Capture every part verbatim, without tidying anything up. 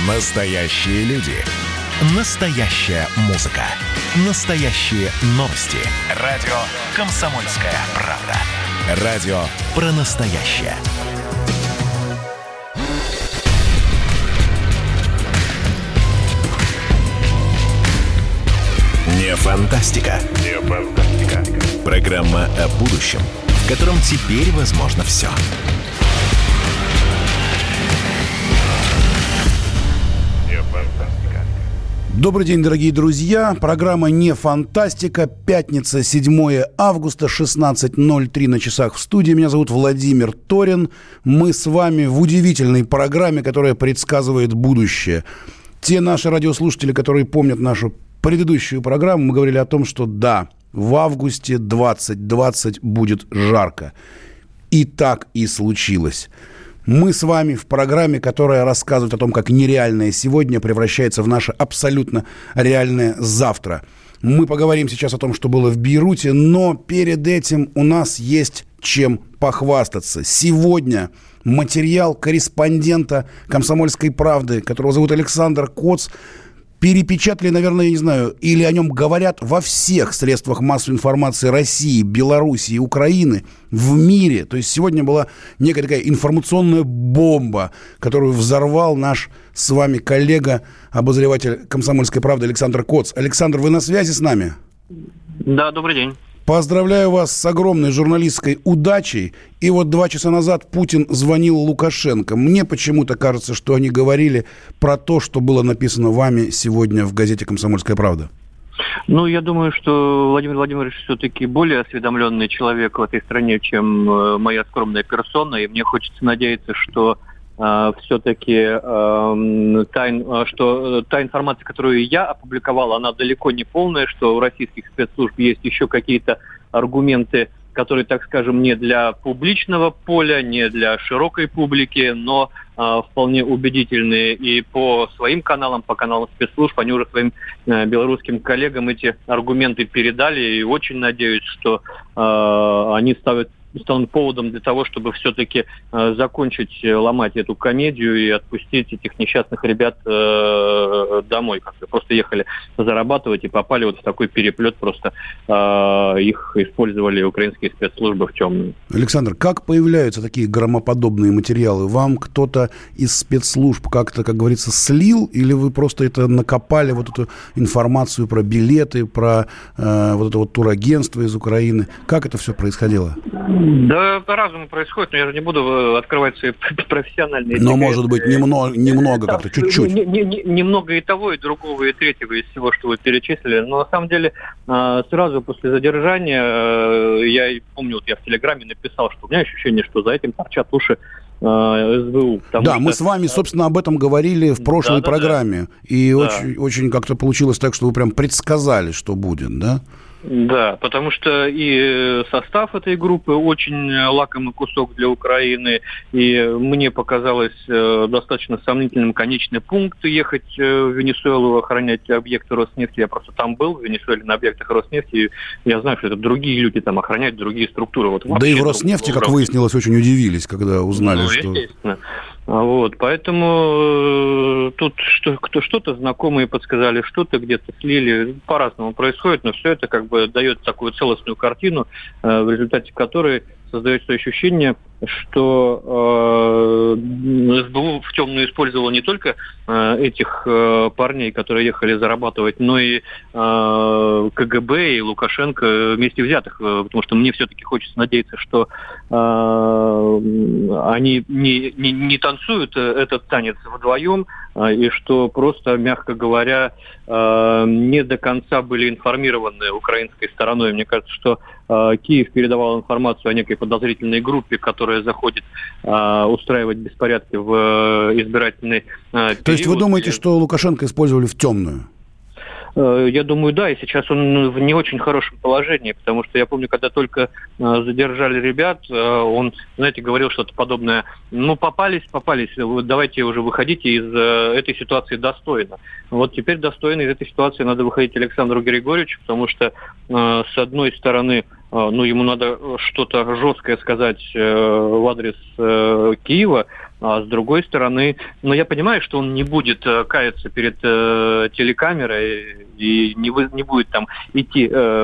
Настоящие люди. Настоящая музыка. Настоящие новости. Радио «Комсомольская правда». Радио про настоящее. Не фантастика. Не фантастика. Программа о будущем, в котором теперь возможно все. Добрый день, дорогие друзья. Программа «Не фантастика». Пятница, седьмое августа, шестнадцать ноль три на часах в студии. Меня зовут Владимир Торин. Мы с вами в удивительной программе, которая предсказывает будущее. Те наши радиослушатели, которые помнят нашу предыдущую программу, мы говорили о том, что да, в августе двадцать двадцать будет жарко. И так и случилось. Мы с вами в программе, которая рассказывает о том, как нереальное сегодня превращается в наше абсолютно реальное завтра. Мы поговорим сейчас о том, что было в Бейруте, но перед этим у нас есть чем похвастаться. Сегодня материал корреспондента «Комсомольской правды», которого зовут Александр Коц, перепечатали, наверное, я не знаю, или о нем говорят во всех средствах массовой информации России, Белоруссии, Украины, в мире. То есть сегодня была некая такая информационная бомба, которую взорвал наш с вами коллега, обозреватель «Комсомольской правды» Александр Коц. Александр, вы на связи с нами? Да, добрый день. Поздравляю вас с огромной журналистской удачей. И вот два часа назад Путин звонил Лукашенко. Мне почему-то кажется, что они говорили про то, что было написано вами сегодня в газете «Комсомольская правда». Ну, я думаю, что Владимир Владимирович все-таки более осведомленный человек в этой стране, чем моя скромная персона. И мне хочется надеяться, что э, все-таки э, та, что та информация, которую я опубликовал, она далеко не полная, что у российских спецслужб есть еще какие-то аргументы, которые, так скажем, не для публичного поля, не для широкой публики, но э, вполне убедительные. И по своим каналам, по каналам спецслужб, они уже своим э, белорусским коллегам эти аргументы передали. И очень надеюсь, что э, они ставят станут поводом для того, чтобы все-таки э, закончить э, ломать эту комедию и отпустить этих несчастных ребят э, домой. Как-то просто ехали зарабатывать и попали вот в такой переплет. Просто э, их использовали украинские спецслужбы в темную. Александр, как появляются такие громоподобные материалы? Вам кто-то из спецслужб как-то, как говорится, слил? Или вы просто это накопали, вот эту информацию про билеты, про э, вот это вот турагентство из Украины? Как это все происходило? Да, по-разному происходит, но я же не буду открывать свои профессиональные... Но, может быть, немного, немного да, как-то, чуть-чуть. Не, не, не, немного и того, и другого, и третьего из всего, что вы перечислили. Но, на самом деле, сразу после задержания, я помню, вот я в Телеграме написал, что у меня ощущение, что за этим торчат уши СБУ. Да, что... мы с вами, собственно, об этом говорили в прошлой да, да, программе. Да. И да. Очень, очень как-то получилось так, что вы прям предсказали, что будет, да? Да, потому что и состав этой группы очень лакомый кусок для Украины, и мне показалось э, достаточно сомнительным конечный пункт ехать э, в Венесуэлу, охранять объекты Роснефти. Я просто там был, в Венесуэле, на объектах Роснефти, и я знаю, что это другие люди там охраняют, другие структуры. Вот да и в Роснефти, как выяснилось, очень удивились, когда узнали, ну, что... естественно. Вот, поэтому э, тут что, кто, что-то знакомые подсказали, что-то где-то слили, по-разному происходит, но все это как бы дает такую целостную картину, э, в результате которой создается ощущение, что э, СБУ в темную использовала не только э, этих э, парней, которые ехали зарабатывать, но и э, КГБ и Лукашенко вместе взятых, э, потому что мне все-таки хочется надеяться, что э, они не, не, не танцуют этот танец вдвоем, э, и что просто, мягко говоря, э, не до конца были информированы украинской стороной. Мне кажется, что э, Киев передавал информацию о некой подозрительной группе, которая заходит э, устраивать беспорядки в э, избирательный э, период. То есть вы думаете, что Лукашенко использовали в темную? Я думаю, да, и сейчас он в не очень хорошем положении, потому что я помню, когда только задержали ребят, он, знаете, говорил что-то подобное, ну, попались, попались, давайте уже выходите из этой ситуации достойно. Вот теперь достойно из этой ситуации надо выходить Александру Григорьевичу, потому что, с одной стороны, ну, ему надо что-то жесткое сказать в адрес Киева, А с другой стороны, ну, я понимаю, что он не будет э, каяться перед э, телекамерой и не, вы, не будет там идти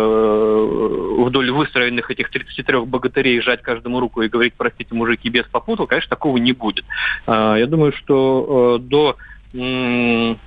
э, вдоль выстроенных этих тридцати трёх богатырей, жать каждому руку и говорить: простите, мужики, бес попутал. Конечно, такого не будет. Э, я думаю, что э, до... М-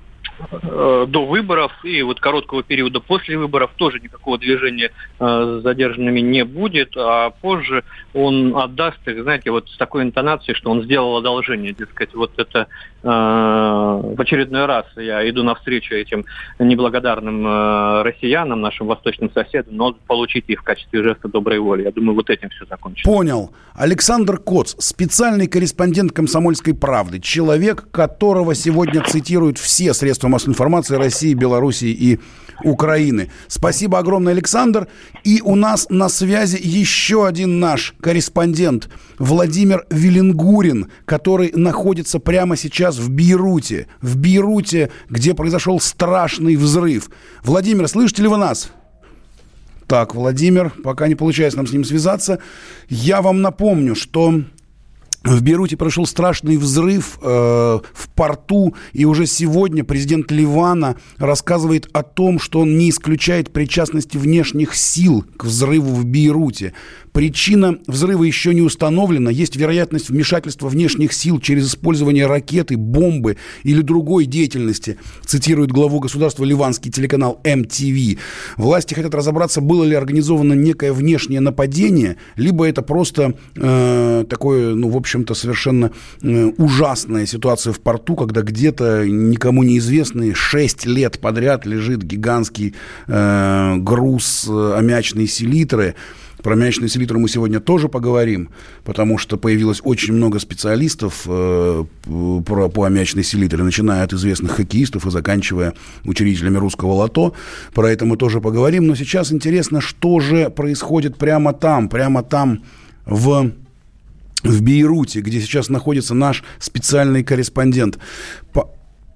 до выборов и вот короткого периода после выборов тоже никакого движения э, с задержанными не будет, а позже он отдаст их, знаете, вот с такой интонацией, что он сделал одолжение, дескать, вот это э, в очередной раз я иду навстречу этим неблагодарным э, россиянам, нашим восточным соседям, но получите их в качестве жеста доброй воли. Я думаю, вот этим все закончится. Понял. Александр Коц, специальный корреспондент «Комсомольской правды», человек, которого сегодня цитируют все средства массовой информации России, Белоруссии и Украины. Спасибо огромное, Александр. И у нас на связи еще один наш корреспондент Владимир Велингурин, который находится прямо сейчас в Бейруте. В Бейруте, где произошел страшный взрыв. Владимир, слышите ли вы нас? Так, Владимир, пока не получается нам с ним связаться. Я вам напомню, что в Бейруте прошел страшный взрыв э, в порту, и уже сегодня президент Ливана рассказывает о том, что он не исключает причастности внешних сил к взрыву в Бейруте. Причина взрыва еще не установлена. Есть вероятность вмешательства внешних сил через использование ракеты, бомбы или другой деятельности, цитирует главу государства ливанский телеканал эм ти ви. Власти хотят разобраться, было ли организовано некое внешнее нападение, либо это просто э, такое, ну, в общем-то, совершенно э, ужасная ситуация в порту, когда где-то никому неизвестный шесть лет подряд лежит гигантский э, груз э, аммиачной селитры. Про аммиачную селитру мы сегодня тоже поговорим, потому что появилось очень много специалистов э, про, по аммиачной селитре, начиная от известных хоккеистов и заканчивая учредителями русского лото. Про это мы тоже поговорим. Но сейчас интересно, что же происходит прямо там, прямо там в... в Бейруте, где сейчас находится наш специальный корреспондент. По...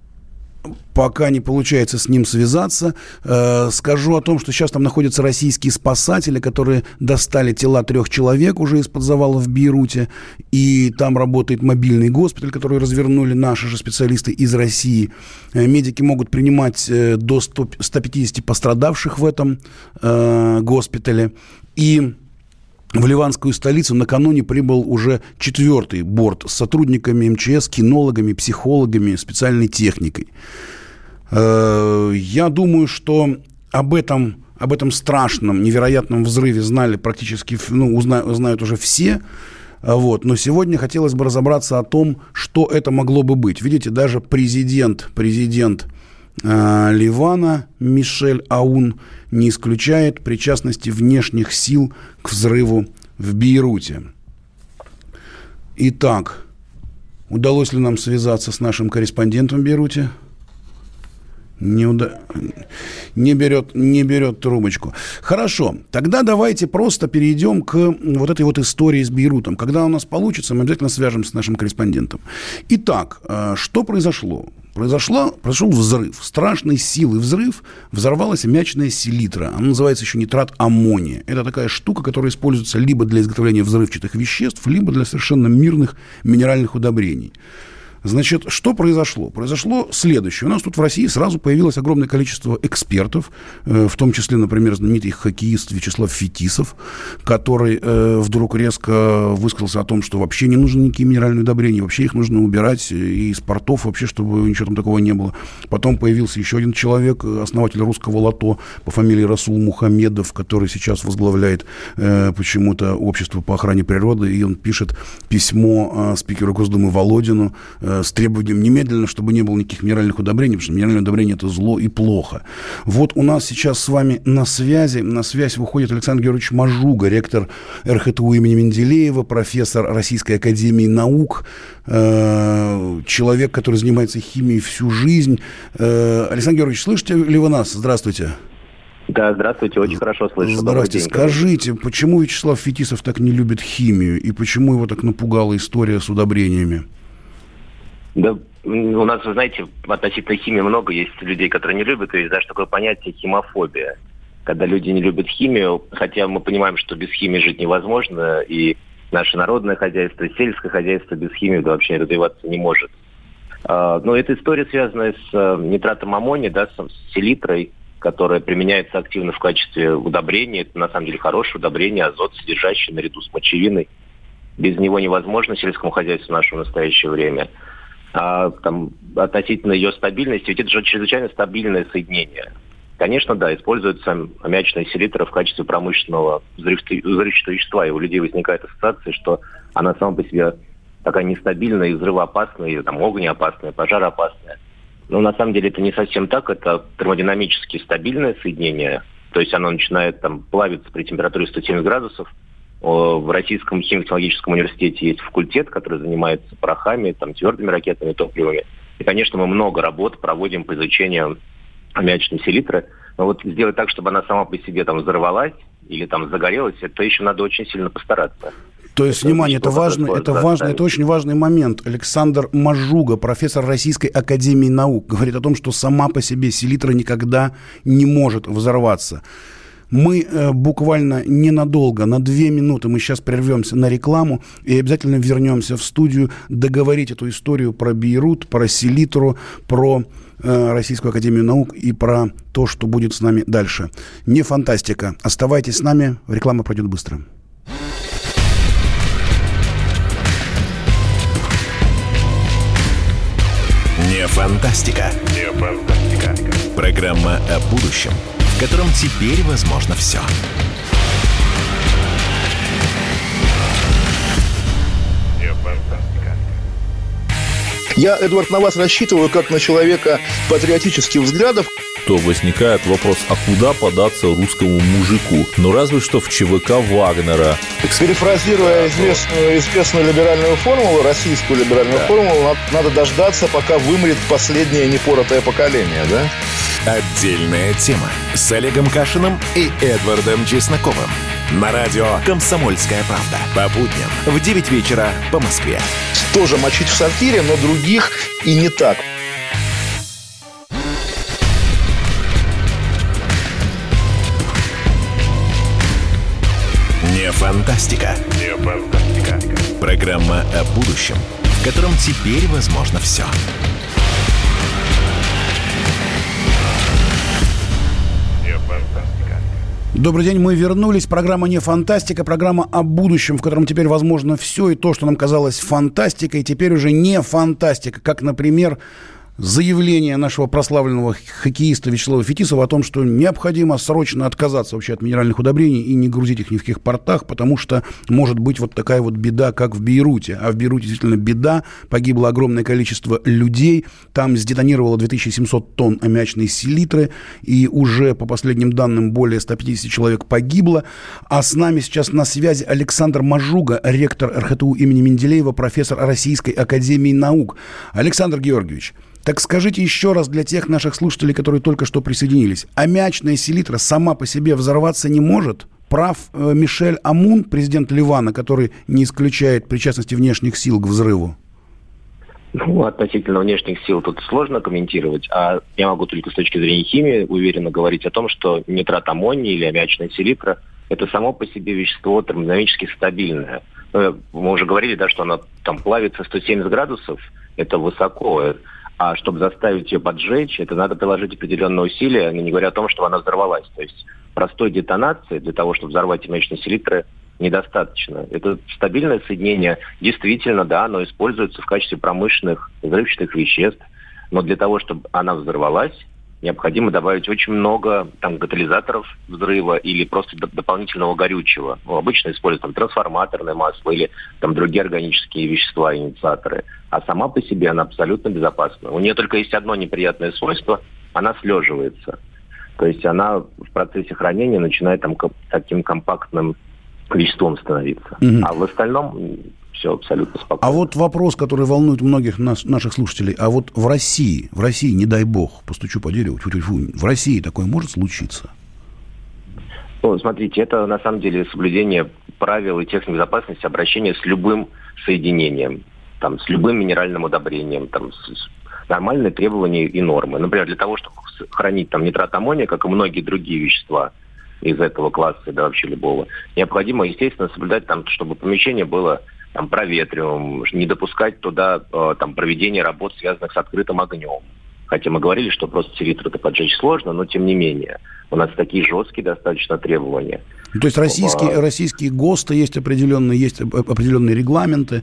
Пока не получается с ним связаться, э, скажу о том, что сейчас там находятся российские спасатели, которые достали тела трех человек уже из-под завала в Бейруте, и там работает мобильный госпиталь, который развернули наши же специалисты из России. Э, медики могут принимать э, до ста пятидесяти пострадавших в этом э, госпитале, и в ливанскую столицу накануне прибыл уже четвертый борт с сотрудниками эм че эс, кинологами, психологами, специальной техникой. Я думаю, что об этом, об этом страшном, невероятном взрыве знали практически, ну, узнают, знают уже все. Вот. Но сегодня хотелось бы разобраться о том, что это могло бы быть. Видите, даже президент, президент э, Ливана Мишель Аун не исключает причастности внешних сил к взрыву в Бейруте. Итак, удалось ли нам связаться с нашим корреспондентом в Бейруте? Не, уда... не, берет, не берет трубочку. Хорошо, тогда давайте просто перейдем к вот этой вот истории с Бейрутом. Когда у нас получится, мы обязательно свяжемся с нашим корреспондентом. Итак, что произошло? Произошло, произошел взрыв, страшной силы взрыв, взорвалась аммиачная селитра. Она называется еще нитрат аммония. Это такая штука, которая используется либо для изготовления взрывчатых веществ, либо для совершенно мирных минеральных удобрений. Значит, что произошло? Произошло следующее. У нас тут в России сразу появилось огромное количество экспертов, в том числе, например, знаменитый хоккеист Вячеслав Фетисов, который э, вдруг резко высказался о том, что вообще не нужны никакие минеральные удобрения, вообще их нужно убирать из портов, вообще, чтобы ничего там такого не было. Потом появился еще один человек, основатель русского лото по фамилии Расул Мухамедов, который сейчас возглавляет э, почему-то общество по охране природы, и он пишет письмо э, спикеру Госдумы Володину э, с требованием немедленно, чтобы не было никаких минеральных удобрений, потому что минеральные удобрения – это зло и плохо. Вот у нас сейчас с вами на связи, на связь выходит Александр Георгиевич Мажуга, ректор эр ха тэ у имени Менделеева, профессор Российской академии наук, э, человек, который занимается химией всю жизнь. Э, Александр Георгиевич, слышите ли вы нас? Здравствуйте. Да, здравствуйте, очень хорошо слышу. Здравствуйте. Скажите, почему Вячеслав Фетисов так не любит химию и почему его так напугала история с удобрениями? Да, у нас, вы знаете, относительно химии много есть людей, которые не любят, и даже такое понятие химофобия. Когда люди не любят химию, хотя мы понимаем, что без химии жить невозможно, и наше народное хозяйство, сельское хозяйство без химии да, вообще развиваться не может. Но эта история связана с нитратом аммония, да, с селитрой, которая применяется активно в качестве удобрения. Это на самом деле хорошее удобрение, азот, содержащий наряду с мочевиной. Без него невозможно сельскому хозяйству в наше настоящее время. А там, относительно ее стабильности, ведь это же чрезвычайно стабильное соединение. Конечно, да, используется аммиачная селитра в качестве промышленного взрывчатого вещества, и у людей возникает ассоциация, что она сама по себе такая нестабильная, и взрывоопасная, и там, огнеопасная, пожароопасная. Но на самом деле это не совсем так, это термодинамически стабильное соединение, то есть оно начинает там плавиться при температуре сто семьдесят градусов. В Российском химико-технологическом университете есть факультет, который занимается порохами, там, твердыми ракетными топливами. И, конечно, мы много работ проводим по изучению аммиачной селитры. Но вот сделать так, чтобы она сама по себе там взорвалась или там загорелась, это еще надо очень сильно постараться. То есть, это внимание, это важно, это важно, это очень важный момент. Александр Мажуга, профессор Российской академии наук, говорит о том, что сама по себе селитра никогда не может взорваться. Мы э, буквально ненадолго, на две минуты, мы сейчас прервемся на рекламу и обязательно вернемся в студию договорить эту историю про Бейрут, про селитру, про э, Российскую академию наук и про то, что будет с нами дальше. Не фантастика. Оставайтесь с нами, реклама пройдет быстро. Не фантастика. Не фантастика. Программа о будущем, в котором теперь возможно все. Не фантастика. Я, Эдвард, на вас рассчитываю как на человека патриотических взглядов. То возникает вопрос, а куда податься русскому мужику? Ну, разве что в ЧВК Вагнера. Перефразируя известную, известную либеральную формулу, российскую либеральную да. формулу, надо, надо дождаться, пока вымрет последнее непоротое поколение, да? Отдельная тема с Олегом Кашиным и Эдвардом Чесноковым. На радио «Комсомольская правда». По будням в девять вечера по Москве. Тоже мочить в сортире, но других и не так. Не фантастика. Не фантастика. Программа о будущем, в котором теперь возможно все. Добрый день, мы вернулись. Программа «Не фантастика», программа о будущем, в котором теперь возможно все, и то, что нам казалось фантастикой, теперь уже не фантастика. Как, например, заявление нашего прославленного хоккеиста Вячеслава Фетисова о том, что необходимо срочно отказаться вообще от минеральных удобрений и не грузить их ни в каких портах, потому что может быть вот такая вот беда, как в Бейруте. А в Бейруте действительно беда. Погибло огромное количество людей. Там сдетонировало две тысячи семьсот тонн аммиачной селитры. И уже, по последним данным, более ста пятидесяти человек погибло. А с нами сейчас на связи Александр Мажуга, ректор эр ха тэ у имени Менделеева, профессор Российской академии наук. Александр Георгиевич, так скажите еще раз для тех наших слушателей, которые только что присоединились. Аммиачная селитра сама по себе взорваться не может? Прав э, Мишель Амун, президент Ливана, который не исключает причастности внешних сил к взрыву? Ну, относительно внешних сил тут сложно комментировать, а я могу только с точки зрения химии уверенно говорить о том, что нитрат аммония или аммиачная селитра – это само по себе вещество термодинамически стабильное. Мы уже говорили, да, что оно там плавится сто семьдесят градусов, это высоко. А чтобы заставить ее поджечь, это надо приложить определенные усилия, не говоря о том, чтобы она взорвалась. То есть простой детонации для того, чтобы взорвать аммиачные селитры, недостаточно. Это стабильное соединение. Действительно, да, оно используется в качестве промышленных взрывчатых веществ. Но для того, чтобы она взорвалась, необходимо добавить очень много там катализаторов взрыва или просто д- дополнительного горючего. Ну, обычно используют там трансформаторное масло или там другие органические вещества, инициаторы. А сама по себе она абсолютно безопасна. У нее только есть одно неприятное свойство – она слеживается. То есть она в процессе хранения начинает там коп- таким компактным веществом становиться. Mm-hmm. А в остальном все абсолютно спокойно. А вот вопрос, который волнует многих нас, наших слушателей. А вот в России, в России, не дай бог, постучу по дереву, в России такое может случиться? Ну, смотрите, это на самом деле соблюдение правил и техник безопасности обращения с любым соединением, там, с любым минеральным удобрением, там, с нормальные требования и нормы. Например, для того, чтобы хранить там нитрат аммония, как и многие другие вещества, из этого класса, да вообще любого, необходимо, естественно, соблюдать там, чтобы помещение было там проветриваемым, не допускать туда э, там проведение работ, связанных с открытым огнем. Хотя мы говорили, что просто селитру-то поджечь сложно, но тем не менее. У нас такие жесткие достаточно требования. То есть российские, а... российские ГОСТы есть определенные, есть определенные регламенты.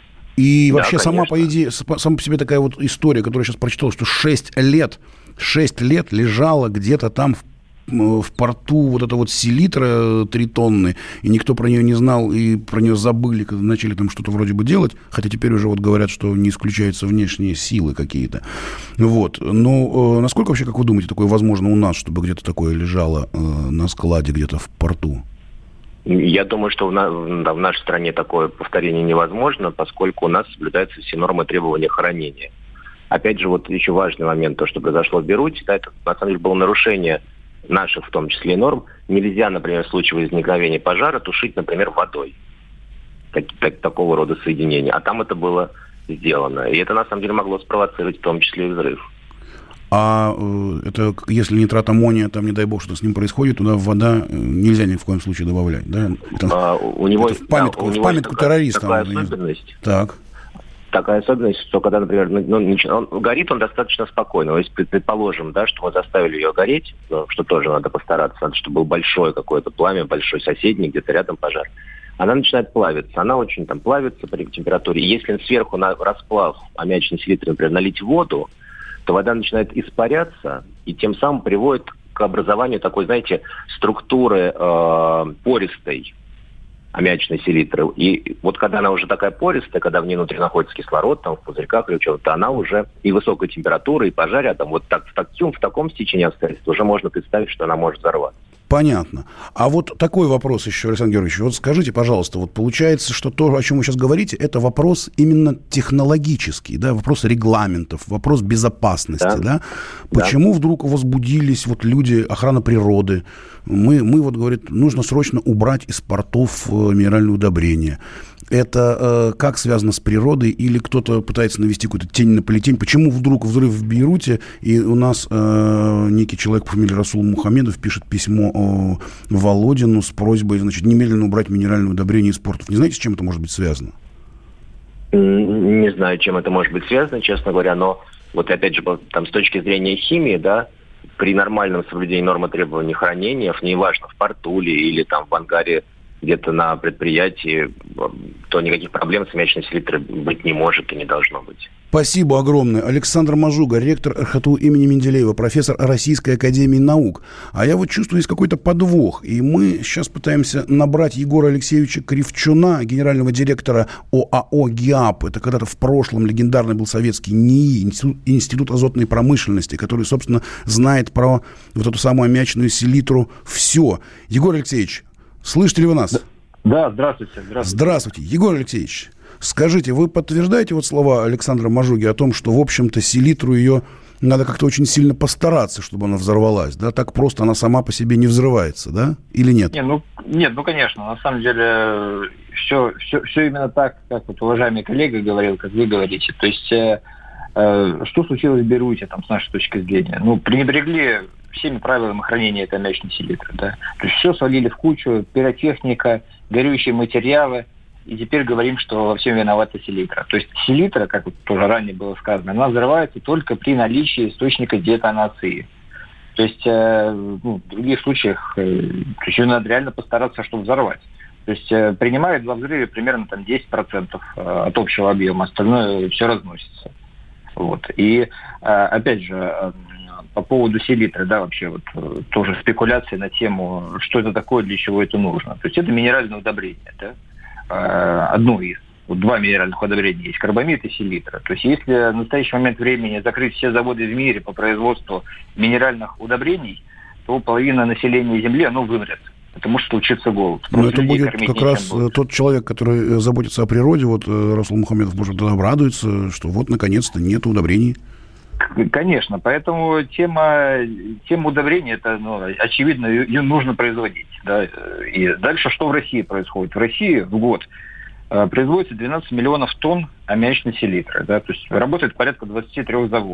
И вообще да, сама, по идее, сама по себе такая вот история, которую я сейчас прочитал, что шесть лет, шесть лет лежала где-то там в в порту вот эта вот селитра три тонны, и никто про нее не знал, и про нее забыли, когда начали там что-то вроде бы делать, хотя теперь уже вот говорят, что не исключаются внешние силы какие-то. Вот. Но э, насколько вообще, как вы думаете, такое возможно у нас, чтобы где-то такое лежало э, на складе, где-то в порту? Я думаю, что в, на, в нашей стране такое повторение невозможно, поскольку у нас соблюдаются все нормы требования хранения. Опять же, вот еще важный момент, то, что произошло в Бейруте, да, это на самом деле было нарушение наших, в том числе и норм. Нельзя, например, в случае возникновения пожара тушить, например, водой. Так, так, такого рода соединения. А там это было сделано. И это, на самом деле, могло спровоцировать в том числе и взрыв. А э, это, если нитрат аммония, там, не дай бог, что с ним происходит, туда вода нельзя ни в коем случае добавлять, да? Это, а, у него, это в памятку, да, в памятку такая, террориста. Такая особенность. Так. Такая особенность, что когда, например, ну, он, горит он достаточно спокойно. Если предположим, да, что мы заставили ее гореть, что тоже надо постараться, надо, чтобы было большое какое-то пламя, большой соседний, где-то рядом пожар, она начинает плавиться. Она очень там плавится при температуре. И если сверху на расплав аммиачной селитры, например, налить воду, то вода начинает испаряться и тем самым приводит к образованию такой, знаете, структуры э, пористой аммиачной селитры. И вот когда она уже такая пористая, когда в ней внутри находится кислород, там в пузырьках или что-то, она уже и высокой температуры, и пожаре, а там вот так, в, таком, в таком стечении обстоятельств уже можно представить, что она может взорваться. Понятно. А вот такой вопрос еще, Александр Георгиевич. Вот скажите, пожалуйста, вот получается, что то, о чем вы сейчас говорите, это вопрос именно технологический, да, вопрос регламентов, вопрос безопасности, да? да? Почему да. вдруг возбудились вот люди, охрана природы? Мы, мы вот, говорит, нужно срочно убрать из портов минеральные удобрения. Это э, как связано с природой, или кто-то пытается навести какую-то тень на плетень? Почему вдруг взрыв в Бейруте, и у нас э, некий человек по фамилии Расул Мухамедов пишет письмо э, Володину с просьбой, значит, немедленно убрать минеральные удобрения из портов? Не знаете, с чем это может быть связано? Не знаю, чем это может быть связано, честно говоря, но вот опять же, там с точки зрения химии, да, при нормальном соблюдении нормы требований хранения, неважно, в порту ли, или там в ангаре где-то на предприятии, то никаких проблем с аммиачной селитрой быть не может и не должно быть. Спасибо огромное. Александр Мажуга, ректор эр ха тэ у имени Менделеева, профессор Российской академии наук. А я вот чувствую, есть какой-то подвох. И мы сейчас пытаемся набрать Егора Алексеевича Кривчуна, генерального директора о а о ГИАП. Это когда-то в прошлом легендарный был советский НИИ, Институт, Институт азотной промышленности, который, собственно, знает про вот эту самую аммиачную селитру все. Егор Алексеевич, слышите ли вы нас? Да, здравствуйте. Здравствуйте. Здравствуйте. Егор Алексеевич, скажите, вы подтверждаете вот слова Александра Мажуги о том, что, в общем-то, селитру ее надо как-то очень сильно постараться, чтобы она взорвалась, да? Так просто она сама по себе не взрывается, да? Или нет? Не, ну, нет, ну, конечно. На самом деле, все, все, все именно так, как вот уважаемый коллега говорил, как вы говорите. То есть, э, э, что случилось в Бейруте, там, с нашей точки зрения? Ну, пренебрегли всеми правилами хранения этой аммиачной селитры, да. То есть все свалили в кучу, пиротехника, горючие материалы, и теперь говорим, что во всем виновата селитра. То есть селитра, как вот тоже ранее было сказано, она взрывается только при наличии источника детонации. То есть э, ну, в других случаях э, еще надо реально постараться, чтобы взорвать. То есть э, принимают во взрыве примерно там, десять процентов э, от общего объема, остальное все разносится. Вот. И э, опять же, э, по поводу селитры, да, вообще вот э, тоже спекуляции на тему, что это такое, для чего это нужно. То есть это минеральное удобрение, да, э, одно из. Вот два минеральных удобрения есть, карбамид и селитра. То есть если в настоящий момент времени закрыть все заводы в мире по производству минеральных удобрений, то половина населения Земли, оно вымрет. Потому что случится голод. Но это будет как раз будет. Тот человек, который заботится о природе, вот Расул Мухамедов, может, тогда обрадуется, что вот, наконец-то, нет удобрений. Конечно, поэтому тема, тема удобрений, это, ну, очевидно, ее нужно производить. Да? И дальше что в России происходит? В России в год э, производится двенадцать миллионов тонн аммиачной селитры. Да? То есть работает порядка двадцать три заводов.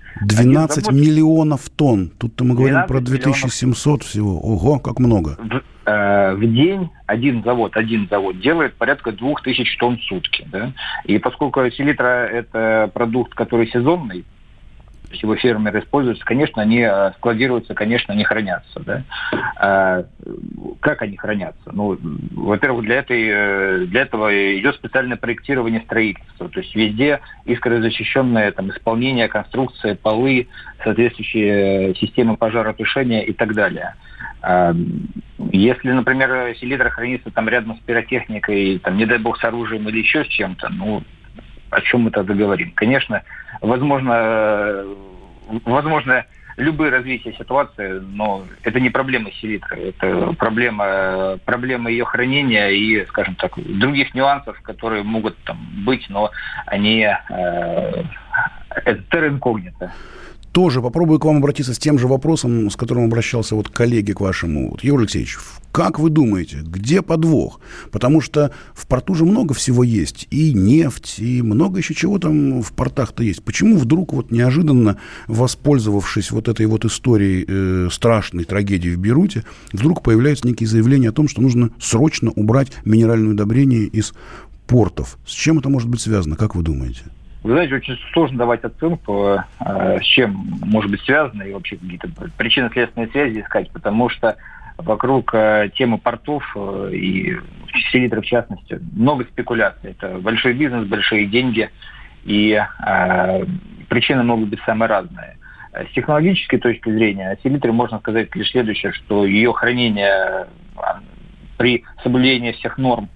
двенадцать завод... миллионов тонн. Тут-то мы говорим про две тысячи семьсот миллионов... всего. Ого, как много. В, э, в день один завод, один завод делает порядка двух тысяч тонн в сутки. Да? И поскольку селитра – это продукт, который сезонный, его фермеры используются, конечно, они складируются, конечно, они хранятся. Да? А как они хранятся? Ну, во-первых, для, этой, для этого идет специальное проектирование строительства. То есть везде искрозащищенное там, исполнение, конструкции, полы, соответствующие системы пожаротушения и так далее. А если, например, селитра хранится там рядом с пиротехникой, там, не дай бог, с оружием или еще с чем-то, ну, о чем мы тогда говорим? Конечно, возможно, возможно любые развития ситуации, но это не проблема селитры, это проблема, проблема ее хранения и, скажем так, других нюансов, которые могут там быть, но они э, это терра инкогнита. Тоже попробую к вам обратиться с тем же вопросом, с которым обращался вот коллеге к вашему. Вот, Егор Алексеевич, как вы думаете, где подвох? Потому что в порту же много всего есть. И нефть, и много еще чего там в портах-то есть. Почему вдруг вот неожиданно, воспользовавшись вот этой вот историей э, страшной трагедии в Бейруте, вдруг появляются некие заявления о том, что нужно срочно убрать минеральное удобрение из портов? С чем это может быть связано? Как вы думаете? Вы знаете, очень сложно давать оценку, с чем может быть связано, и вообще какие-то причинно-следственные связи искать, потому что вокруг темы портов и селитры в частности много спекуляций. Это большой бизнес, большие деньги, и причины могут быть самые разные. С технологической точки зрения о селитре можно сказать лишь следующее, что ее хранение при соблюдении всех норм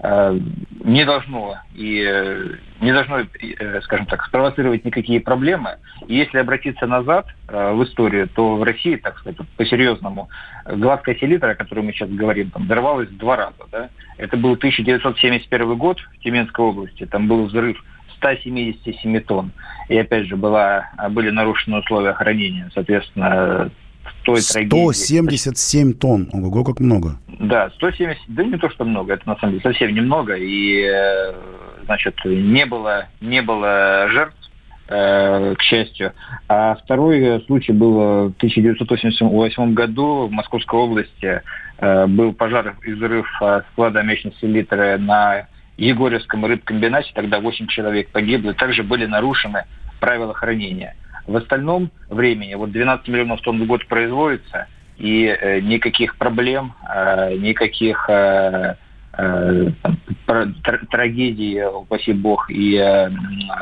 не должно и не должно, скажем так, спровоцировать никакие проблемы. И если обратиться назад в историю, то в России, так сказать, по-серьезному, гладкая селитра, о которой мы сейчас говорим, там, взорвалась два раза. Да? Это был тысяча девятьсот семьдесят первый год в Тюменской области. Там был взрыв ста семидесяти семи тонн. И опять же была, были нарушены условия хранения. Соответственно, сто семьдесят семь тонн. Ого, как много. Да, сто семьдесят, да не то, что много, это на самом деле совсем немного. И, значит, не было, не было жертв, э, к счастью. А второй случай был в тысяча девятьсот восемьдесят восьмом году в Московской области. Э, был пожар и взрыв склада аммиачной селитры на Егорьевском рыбкомбинате. Тогда восемь человек погибло. Также были нарушены правила хранения. В остальном времени вот двенадцать миллионов тонн в год производится, и э, никаких проблем, э, никаких э, э, там, тр- трагедий, упаси бог, и э, э,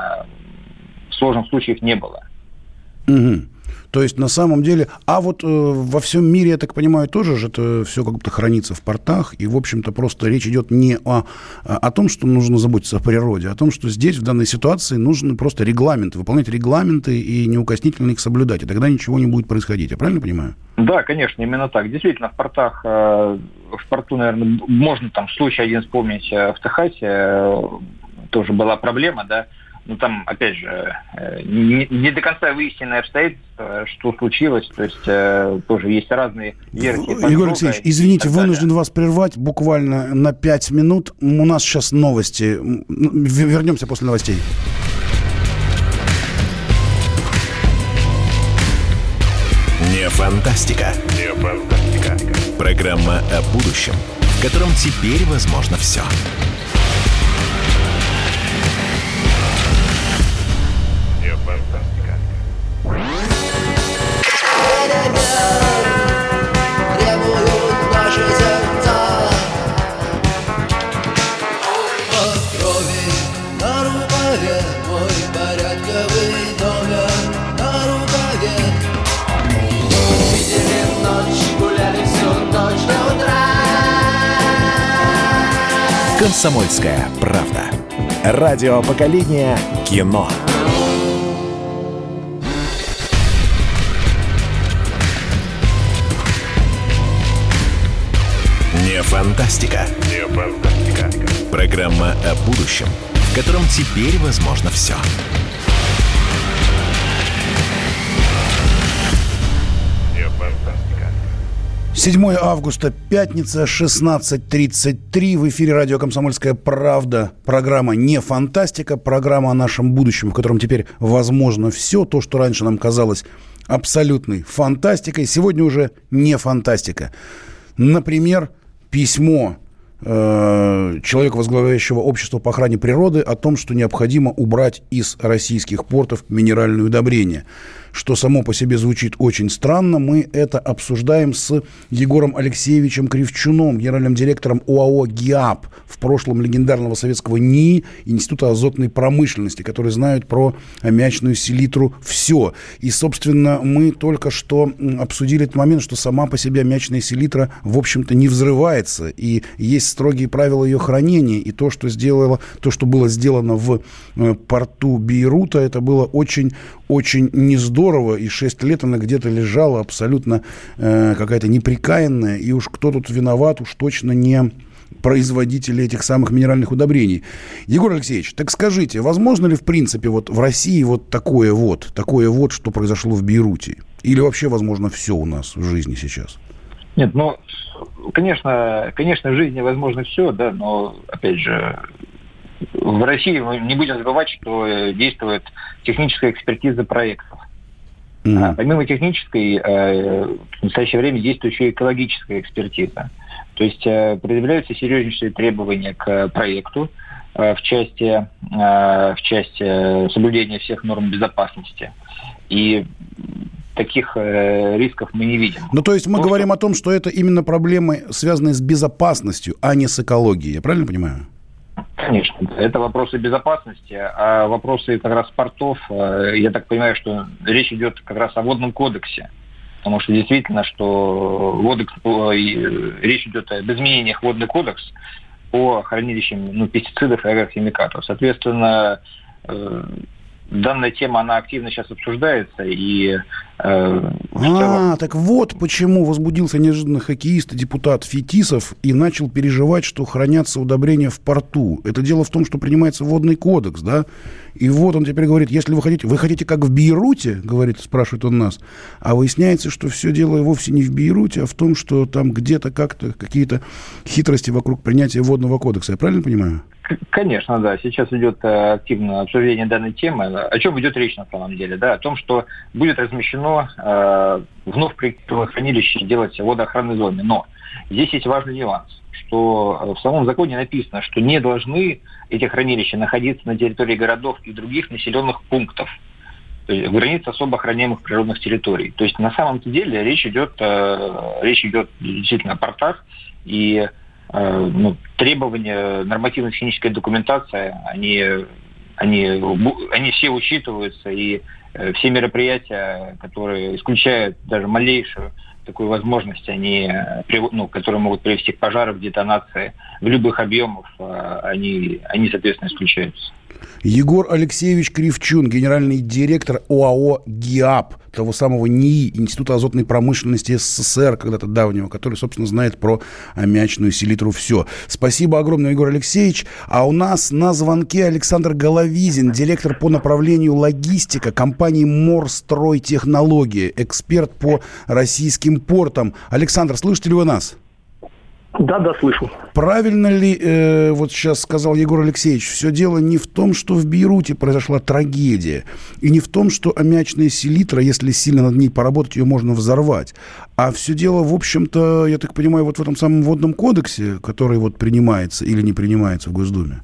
сложных случаев не было. Угу. То есть, на самом деле... А вот э, во всем мире, я так понимаю, тоже же это все как будто хранится в портах, и, в общем-то, просто речь идет не о, о том, что нужно заботиться о природе, а о том, что здесь, в данной ситуации, нужно просто регламенты, выполнять регламенты и неукоснительно их соблюдать, и тогда ничего не будет происходить. Я правильно понимаю? Да, конечно, именно так. Действительно, в портах, э, в порту, наверное, можно там случай один вспомнить э, в Техасе, э, тоже была проблема, да. Ну, там, опять же, не, не до конца выясненные обстоятельства, что случилось. То есть, э, тоже есть разные версии. Егор Алексеевич, извините, вынужден вас прервать буквально на пять минут. У нас сейчас новости. Вернемся после новостей. Не фантастика. Не фантастика. Программа о будущем, в котором теперь возможно все. «Комсомольская правда». Радио поколения кино. Не фантастика. Не фантастика. Программа о будущем, в котором теперь возможно все. седьмое августа, пятница, шестнадцать тридцать три. В эфире радио «Комсомольская правда». Программа «Не фантастика». Программа о нашем будущем, в котором теперь возможно все. То, что раньше нам казалось абсолютной фантастикой, сегодня уже не фантастика. Например, письмо э, человека, возглавляющего общество по охране природы, о том, что необходимо убрать из российских портов минеральные удобрения. Что само по себе звучит очень странно. Мы это обсуждаем с Егором Алексеевичем Кривчуном, генеральным директором ОАО «ГИАП», в прошлом легендарного советского НИИ, Института азотной промышленности, которые знают про аммиачную селитру все. И, собственно, мы только что обсудили этот момент, что сама по себе аммиачная селитра, в общем-то, не взрывается. И есть строгие правила ее хранения. И то, что сделало, то, что было сделано в порту Бейрута, это было очень-очень не здорово. И шесть лет она где-то лежала абсолютно э, какая-то неприкаянная. И уж кто тут виноват, уж точно не производители этих самых минеральных удобрений. Егор Алексеевич, так скажите, возможно ли в принципе вот в России вот такое вот, такое вот, что произошло в Бейруте? Или вообще возможно все у нас в жизни сейчас? Нет, ну, конечно, конечно, в жизни возможно все, да, но, опять же, в России мы не будем забывать, что действует техническая экспертиза проектов. Mm-hmm. А, помимо технической, э, в настоящее время действует еще и экологическая экспертиза. То есть э, предъявляются серьезнейшие требования к проекту э, в части, э, в части соблюдения всех норм безопасности. И таких э, рисков мы не видим. Ну, то есть мы то, говорим что... о том, что это именно проблемы, связанные с безопасностью, а не с экологией. Я правильно понимаю? Конечно. Это вопросы безопасности, а вопросы как раз портов, я так понимаю, что речь идет как раз о водном кодексе. Потому что действительно, что водекс, речь идет об изменениях в водный кодекс по хранилищам ну, пестицидов и агрохимикатов. Соответственно, данная тема, она активно сейчас обсуждается. И, э, а, так вот почему возбудился неожиданно хоккеист и депутат Фетисов и начал переживать, что хранятся удобрения в порту. Это дело в том, что принимается водный кодекс, да? И вот он теперь говорит, если вы хотите, вы хотите как в Бейруте, говорит, спрашивает он нас, а выясняется, что все дело вовсе не в Бейруте, а в том, что там где-то как-то какие-то хитрости вокруг принятия водного кодекса. Я правильно понимаю? Конечно, да. Сейчас идет активное обсуждение данной темы. О чем идет речь на самом деле? Да? О том, что будет размещено э, вновь проектированное хранилище делать в водоохранной зоне. Но здесь есть важный нюанс, что в самом законе написано, что не должны эти хранилища находиться на территории городов и других населенных пунктов, то есть в границе особо охраняемых природных территорий. То есть на самом-то деле речь идет, э, речь идет действительно о портах, и ну, требования нормативно-технической документации, они, они, они все учитываются, и все мероприятия, которые исключают даже малейшую такую возможность, они, ну, которые могут привести к пожарам, к детонации в любых объемах, они, они, соответственно, исключаются. Егор Алексеевич Кривчун, генеральный директор ОАО «ГИАП», того самого НИИ, Института азотной промышленности СССР, когда-то давнего, который, собственно, знает про аммиачную селитру все. Спасибо огромное, Егор Алексеевич. А у нас на звонке Александр Головизин, директор по направлению логистика компании «Морстройтехнологии», эксперт по российским портам. Александр, слышите ли вы нас? Да, да, слышу. Правильно ли, э, вот сейчас сказал Егор Алексеевич, все дело не в том, что в Бейруте произошла трагедия, и не в том, что аммиачная селитра, если сильно над ней поработать, ее можно взорвать, а все дело, в общем-то, я так понимаю, вот в этом самом водном кодексе, который вот принимается или не принимается в Госдуме.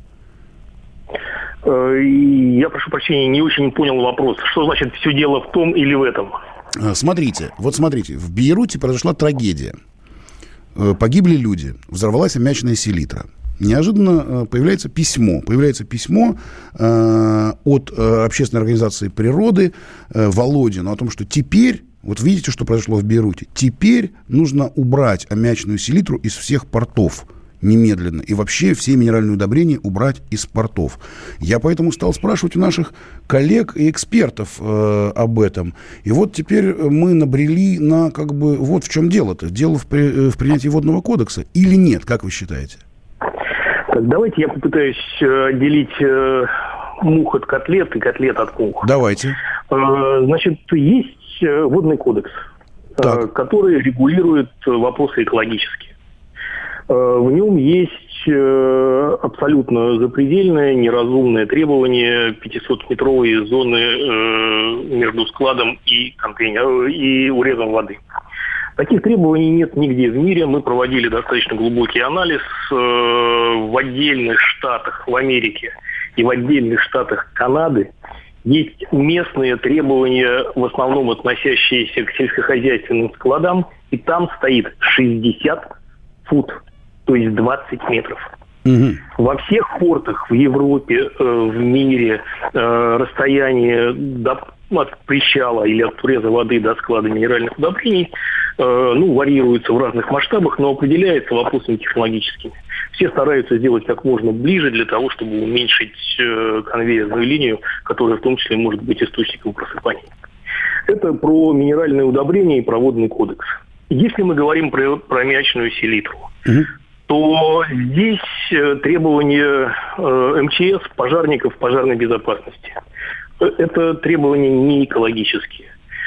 Я прошу прощения, не очень понял вопрос. Что значит все дело в том или в этом? Смотрите, вот смотрите, в Бейруте произошла трагедия. Погибли люди, взорвалась аммиачная селитра. Неожиданно появляется письмо. Появляется письмо э, от э, общественной организации природы э, Володину о том, что теперь, вот видите, что произошло в Бейруте, теперь нужно убрать аммиачную селитру из всех портов немедленно. И вообще все минеральные удобрения убрать из портов. Я поэтому стал спрашивать у наших коллег и экспертов э, об этом. И вот теперь мы набрели на, как бы, вот в чем дело-то. Дело в, при, в принятии водного кодекса или нет, как вы считаете? Так, давайте я попытаюсь э, делить э, мух от котлет и котлет от мух. Давайте. Э, значит, есть э, водный кодекс. э, который регулирует вопросы экологические. Э, в нем есть э, абсолютно запредельное, неразумное требование пятисотметровой зоны э, между складом и, контейнер, и урезом воды. Таких требований нет нигде в мире. Мы проводили достаточно глубокий анализ. Э, в отдельных штатах в Америке и в отдельных штатах Канады есть местные требования, в основном относящиеся к сельскохозяйственным складам, и там стоит шестьдесят фут, то есть двадцать метров. Угу. Во всех портах в Европе, э, в мире э, расстояние до, от причала или от уреза воды до склада минеральных удобрений э, ну, варьируется в разных масштабах, но определяется вопросами технологическими. Все стараются сделать как можно ближе для того, чтобы уменьшить э, конвейерную линию, которая в том числе может быть источником просыпаний. Это про минеральные удобрения и про водный кодекс. Если мы говорим про, про аммиачную селитру, угу. то здесь э, требования э, эм че эс, пожарников, пожарной безопасности. Это требования не экологические.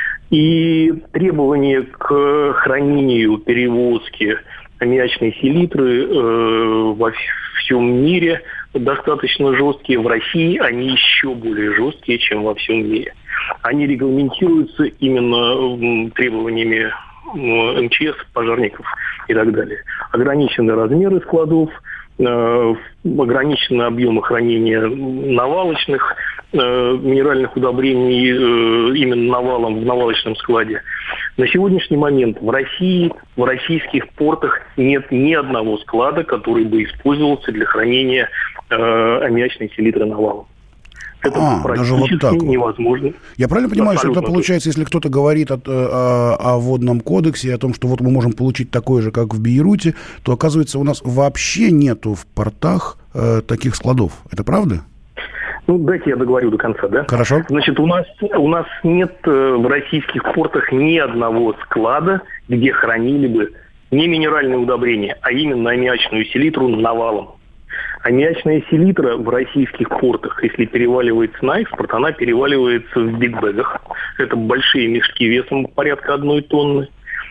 И требования к хранению, перевозке аммиачной селитры э, во всем мире достаточно жесткие. В России они еще более жесткие, чем во всем мире. Они регламентируются именно требованиями эм че эс, пожарников и так далее. Ограничены размеры складов, э, ограничены объемы хранения навалочных э, минеральных удобрений э, именно навалом в навалочном складе. На сегодняшний момент в России, в российских портах нет ни одного склада, который бы использовался для хранения э, аммиачной селитры навалом. Это а, практически даже вот так вот. невозможно. Я правильно понимаю, Абсолютно. что это получается, если кто-то говорит о, о, о водном кодексе, о том, что вот мы можем получить такое же, как в Бейруте, то, оказывается, у нас вообще нету в портах э, таких складов. Это правда? Ну, дайте я договорю до конца, да? Хорошо. Значит, у нас, у нас нет э, в российских портах ни одного склада, где хранили бы не минеральные удобрения, а именно аммиачную селитру навалом. Аммиачная селитра в российских портах, если переваливается на экспорт, она переваливается в бигбэгах. Это большие мешки весом порядка одной тонны.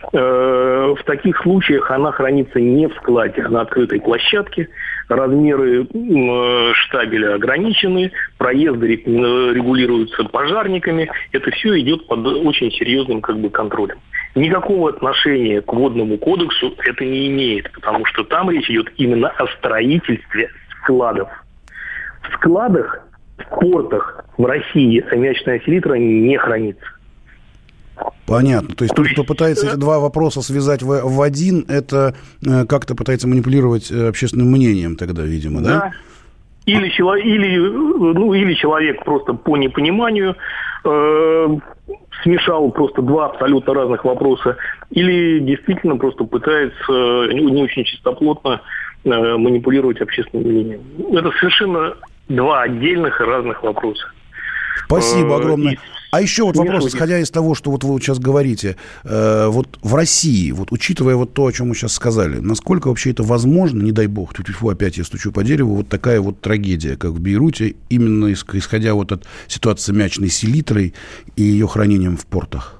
В таких случаях она хранится не в складе, а на открытой площадке. Размеры штабеля ограничены, проезды регулируются пожарниками. Это все идет под очень серьезным как бы контролем. Никакого отношения к водному кодексу это не имеет, потому что там речь идет именно о строительстве складов. В складах, в портах в России аммиачная селитра не хранится. Понятно. То есть тот, кто пытается эти два вопроса связать в, в один, это э, как-то пытается манипулировать э, общественным мнением тогда, видимо, да? Да. Или, или, ну, или человек просто по непониманию э, смешал просто два абсолютно разных вопроса, или действительно просто пытается не, не очень чистоплотно э, манипулировать общественным мнением. Это совершенно два отдельных и разных вопроса. Спасибо огромное. А еще вот вопрос, исходя из того, что вот вы сейчас говорите, э, вот в России, вот учитывая вот то, о чем мы сейчас сказали, насколько вообще это возможно, не дай бог, тьфу-тьфу, опять я стучу по дереву, вот такая вот трагедия, как в Бейруте, именно исходя вот от ситуации с аммиачной селитрой и ее хранением в портах?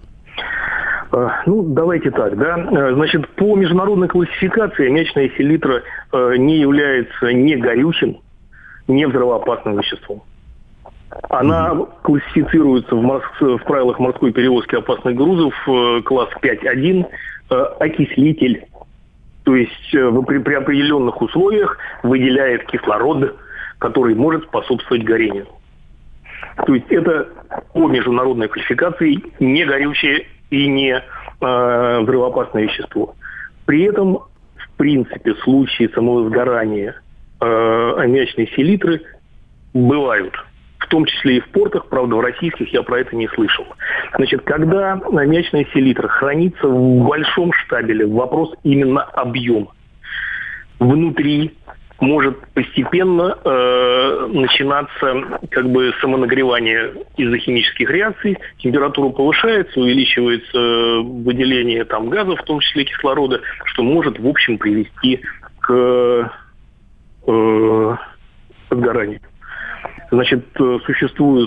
Ну, давайте так, да. Значит, по международной классификации аммиачная селитра э, не является ни горючим, ни взрывоопасным веществом. Она mm-hmm. классифицируется в, морс... в правилах морской перевозки опасных грузов э, класс пять один э, окислитель. То есть э, при, при определенных условиях выделяет кислород, который может способствовать горению. То есть это по международной классификации не горючее и не э, взрывоопасное вещество. При этом, в принципе, случаи самовозгорания э, аммиачной селитры бывают. В том числе и в портах, правда, в российских я про это не слышал. Значит, когда аммиачная селитра хранится в большом штабеле, вопрос именно объема. Внутри может постепенно э, начинаться как бы самонагревание из-за химических реакций, температура повышается, увеличивается выделение там газов, в том числе кислорода, что может, в общем, привести к э, сгоранию. Значит, существуют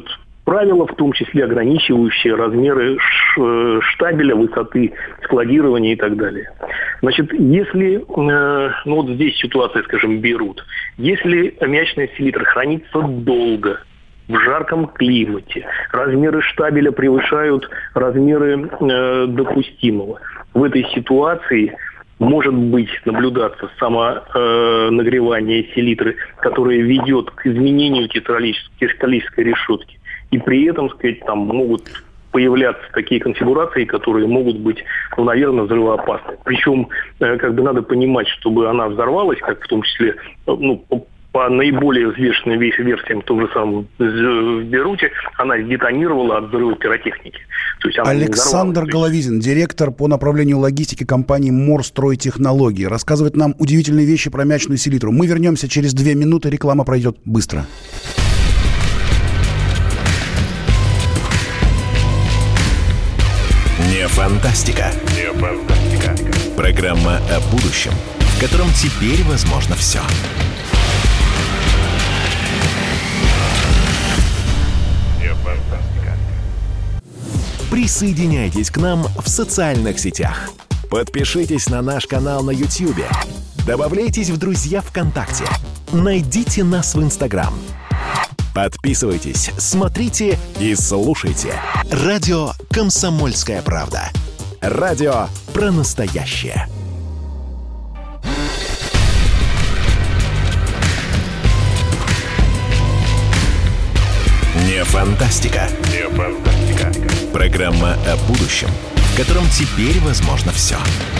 правила, в том числе ограничивающие размеры штабеля, высоты складирования и так далее. Значит, если, э, ну вот здесь ситуация, скажем, Бейрут, если аммиачный селитр хранится долго, в жарком климате, размеры штабеля превышают размеры э, допустимого, в этой ситуации может быть наблюдаться самонагревание э, селитры, которое ведет к изменению кристаллической решетки. И при этом, сказать, там могут появляться такие конфигурации, которые могут быть, ну, наверное, взрывоопасны. Причем, э, как бы надо понимать, чтобы она взорвалась, как в том числе, ну, по, по наиболее взвешенным версиям, в том же самом в Бейруте, она детонировала от взрыва пиротехники. То есть она Александр Головизин, директор по направлению логистики компании «Морстрой-технологии», рассказывает нам удивительные вещи про аммиачную селитру. Мы вернемся через две минуты, реклама пройдет быстро. Не фантастика. Не фантастика. Программа о будущем, в котором теперь возможно все. Не фантастика. Присоединяйтесь к нам в социальных сетях. Подпишитесь на наш канал на YouTube. Добавляйтесь в друзья ВКонтакте. Найдите нас в Инстаграм. Подписывайтесь, смотрите и слушайте. Радио «Комсомольская правда». Радио про настоящее. Не фантастика. Не фантастика. Программа о будущем, в котором теперь возможно все.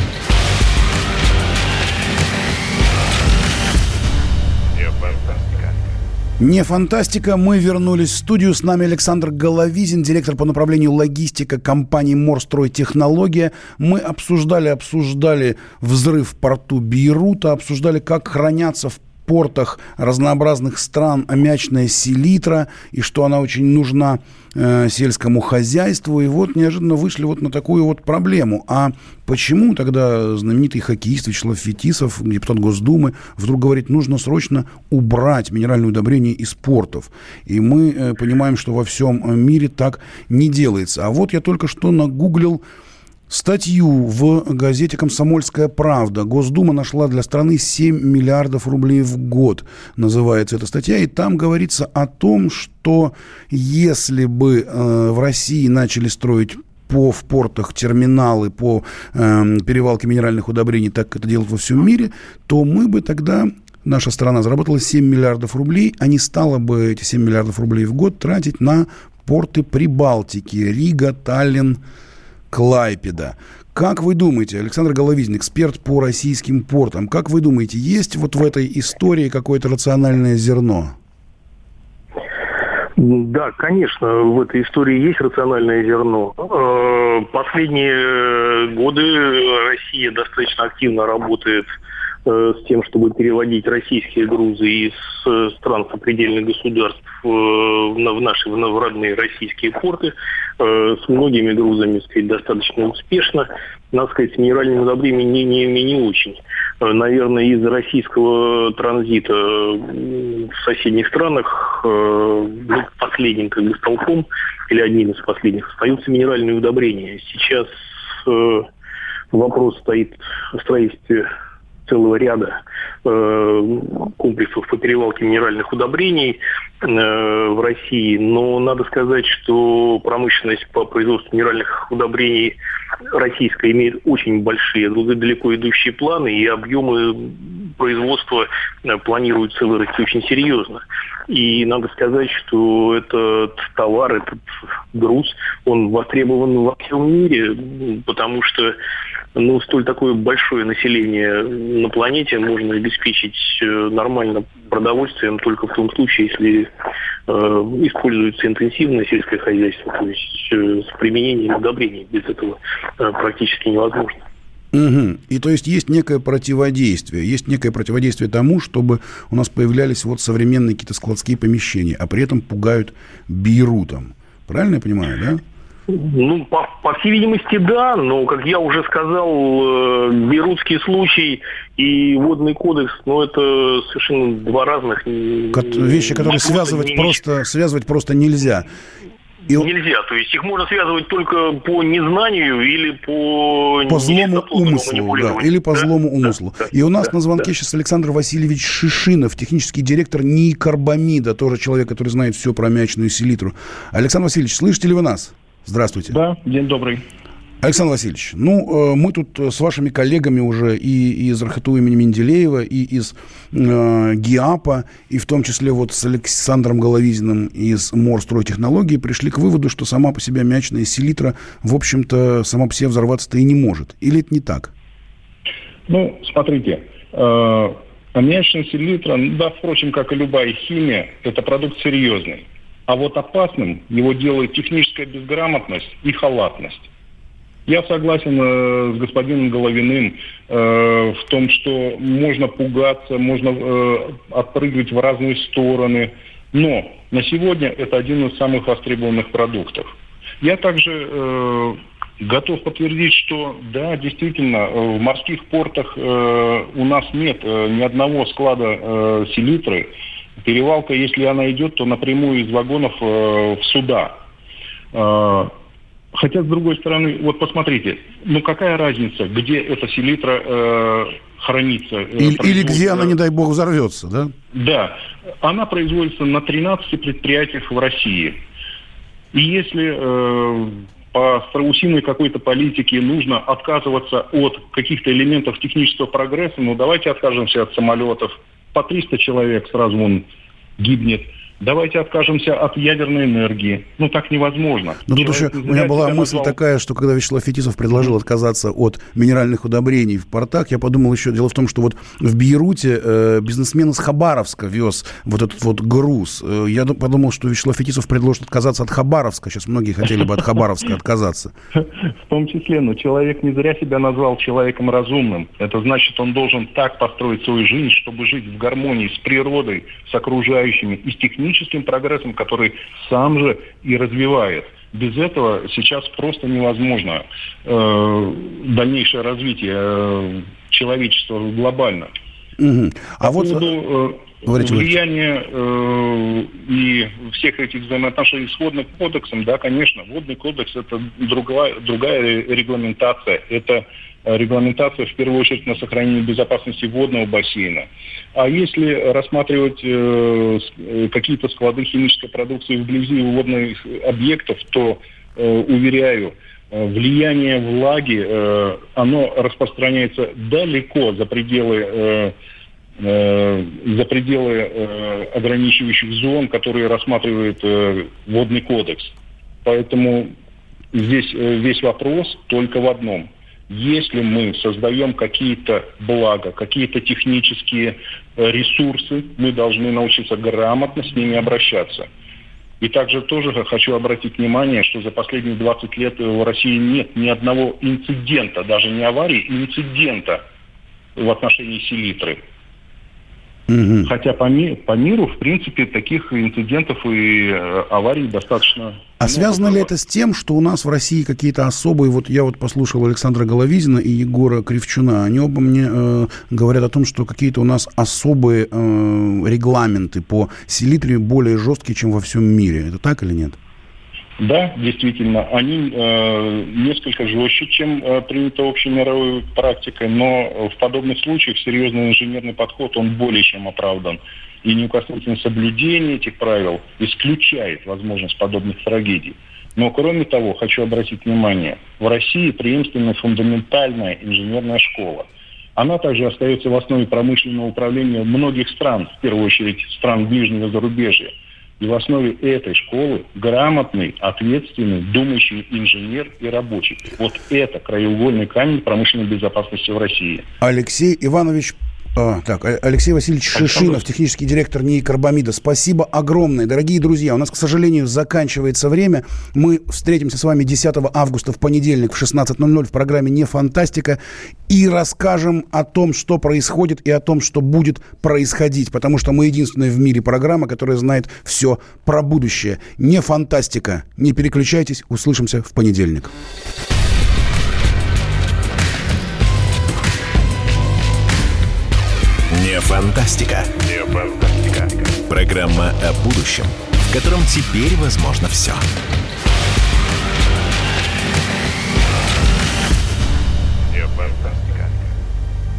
Не фантастика. Не фантастика. Мы вернулись в студию. С нами Александр Головизин, директор по направлению логистика компании «Морстрой-технология». Мы обсуждали, обсуждали взрыв в порту Бейрута, обсуждали, как хранятся в портах разнообразных стран аммиачная селитра, и что она очень нужна э, сельскому хозяйству. И вот неожиданно вышли вот на такую вот проблему. А почему тогда знаменитый хоккеист Вячеслав Фетисов, депутат Госдумы, вдруг говорит, нужно срочно убрать минеральные удобрения из портов? И мы э, понимаем, что во всем мире так не делается. А вот я только что нагуглил статью в газете «Комсомольская правда». Госдума нашла для страны семь миллиардов рублей в год, называется эта статья. И там говорится о том, что если бы э, в России начали строить по в портах терминалы по э, перевалке минеральных удобрений, так как это делают во всем мире, то мы бы тогда... Наша страна заработала семь миллиардов рублей, а не стала бы эти семь миллиардов рублей в год тратить на порты Прибалтики, Рига, Таллин, Клайпеда. Как вы думаете, Александр Головизин, эксперт по российским портам, как вы думаете, есть вот в этой истории какое-то рациональное зерно? Да, конечно, в этой истории есть рациональное зерно. Последние годы Россия достаточно активно работает с тем, чтобы переводить российские грузы из стран сопредельных государств в наши в родные российские порты. С многими грузами, так сказать, достаточно успешно. Надо сказать, с минеральными удобрениями не, не, не очень. Наверное, из-за российского транзита в соседних странах ну, последним как бы столпом или одним из последних остаются минеральные удобрения. Сейчас э, вопрос стоит о строительстве целого ряда э, комплексов по перевалке минеральных удобрений э, в России. Но надо сказать, что промышленность по производству минеральных удобрений российская имеет очень большие, далеко идущие планы, и объемы производства э, планируются вырасти очень серьезно. И надо сказать, что этот товар, этот груз, он востребован во всем мире, потому что ну, столь такое большое население на планете можно обеспечить нормально продовольствием только в том случае, если э, используется интенсивное сельское хозяйство, то есть э, с применением удобрений. Без этого э, практически невозможно. Угу. И то есть есть некое противодействие, есть некое противодействие тому, чтобы у нас появлялись вот современные какие-то складские помещения, а при этом пугают Бейрутом. Правильно я понимаю, да? Ну, по, по всей видимости, да, но, как я уже сказал, э, бейрутский случай и водный кодекс, ну, это совершенно два разных... Вещи, которые связывать просто, связывать просто нельзя. И... Нельзя. То есть их можно связывать только по незнанию или по... По злому умыслу, да, или по да? злому умыслу. Да, и у нас да, на звонке да. сейчас Александр Васильевич Шишинов, технический директор НИИ «Карбамида», тоже человек, который знает все про мячную селитру. Александр Васильевич, слышите ли вы нас? Здравствуйте. Да, день добрый. Александр Васильевич, ну, мы тут с вашими коллегами уже и из РХТУ имени Менделеева, и из э, ГИАПа, и в том числе вот с Александром Головизиным из Морстройтехнологии пришли к выводу, что сама по себе мячная селитра, в общем-то, сама по себе взорваться-то и не может. Или это не так? Ну, смотрите, э, мячная селитра, да, впрочем, как и любая химия, это продукт серьезный. А вот опасным его делает техническая безграмотность и халатность. Я согласен э, с господином Головиным э, в том, что можно пугаться, можно э, отпрыгивать в разные стороны, но на сегодня это один из самых востребованных продуктов. Я также э, готов подтвердить, что да, действительно, в морских портах э, у нас нет э, ни одного склада э, селитры. Перевалка, если она идет, то напрямую из вагонов э, в суда. Э, Хотя, с другой стороны, вот посмотрите, ну какая разница, где эта селитра э, хранится? Э, или, или где она, не дай бог, взорвется, да? Да. Она производится на тринадцати предприятиях в России. И если э, по страусиной какой-то политике нужно отказываться от каких-то элементов технического прогресса, ну давайте откажемся от самолетов. По триста человек сразу он гибнет. Давайте откажемся от ядерной энергии. Ну, так невозможно. Но тут еще у меня была мысль назвал... такая, что когда Вячеслав Фетисов предложил отказаться от минеральных удобрений в портах, я подумал еще, дело в том, что вот в Бейруте э, бизнесмен из Хабаровска вез вот этот вот груз. Э, я подумал, что Вячеслав Фетисов предложит отказаться от Хабаровска. Сейчас многие хотели бы от Хабаровска отказаться. В том числе, но человек не зря себя назвал человеком разумным. Это значит, он должен так построить свою жизнь, чтобы жить в гармонии с природой, с окружающими и с техническим прогрессом, который сам же и развивает. Без этого сейчас просто невозможно э, дальнейшее развитие э, человечества глобально. Угу. А По вот поводу э, влияния э, и всех этих взаимоотношений с водным кодексом, да, конечно, водный кодекс — это другая, другая регламентация. Это регламентация, в первую очередь, на сохранение безопасности водного бассейна. А если рассматривать э, какие-то склады химической продукции вблизи водных объектов, то, э, уверяю, э, влияние влаги, э, оно распространяется далеко за пределы, э, э, за пределы э, ограничивающих зон, которые рассматривает э, водный кодекс. Поэтому здесь э, весь вопрос только в одном. Если мы создаем какие-то блага, какие-то технические ресурсы, мы должны научиться грамотно с ними обращаться. И также тоже хочу обратить внимание, что за последние двадцать лет в России нет ни одного инцидента, даже не аварии, инцидента в отношении селитры. Угу. Хотя по, ми- по миру, в принципе, таких инцидентов и э, аварий достаточно. А связано ли это с тем, что у нас в России какие-то особые... Вот я вот послушал Александра Головизина и Егора Кривчуна. Они оба мне э, говорят о том, что какие-то у нас особые э, регламенты по селитре более жесткие, чем во всем мире. Это так или нет? Да, действительно, они э, несколько жестче, чем э, принято общемировой практикой, но в подобных случаях серьезный инженерный подход, он более чем оправдан. И неукоснительное соблюдение этих правил исключает возможность подобных трагедий. Но, кроме того, хочу обратить внимание, в России преемственна фундаментальная инженерная школа. Она также остается в основе промышленного управления многих стран, в первую очередь стран ближнего зарубежья. И в основе этой школы грамотный, ответственный, думающий инженер и рабочий. Вот это краеугольный камень промышленной безопасности в России. Алексей Иванович, а, так, Алексей Васильевич Шишинов, технический директор НИИ «Карбамида». Спасибо огромное. Дорогие друзья, у нас, к сожалению, заканчивается время. Мы встретимся с вами десятого августа в понедельник в шестнадцать ноль ноль в программе «Не фантастика» и расскажем о том, что происходит и о том, что будет происходить, потому что мы единственная в мире программа, которая знает все про будущее. Не фантастика. Не переключайтесь, услышимся в понедельник. Не фантастика. Не фантастика. Программа о будущем, в котором теперь возможно все.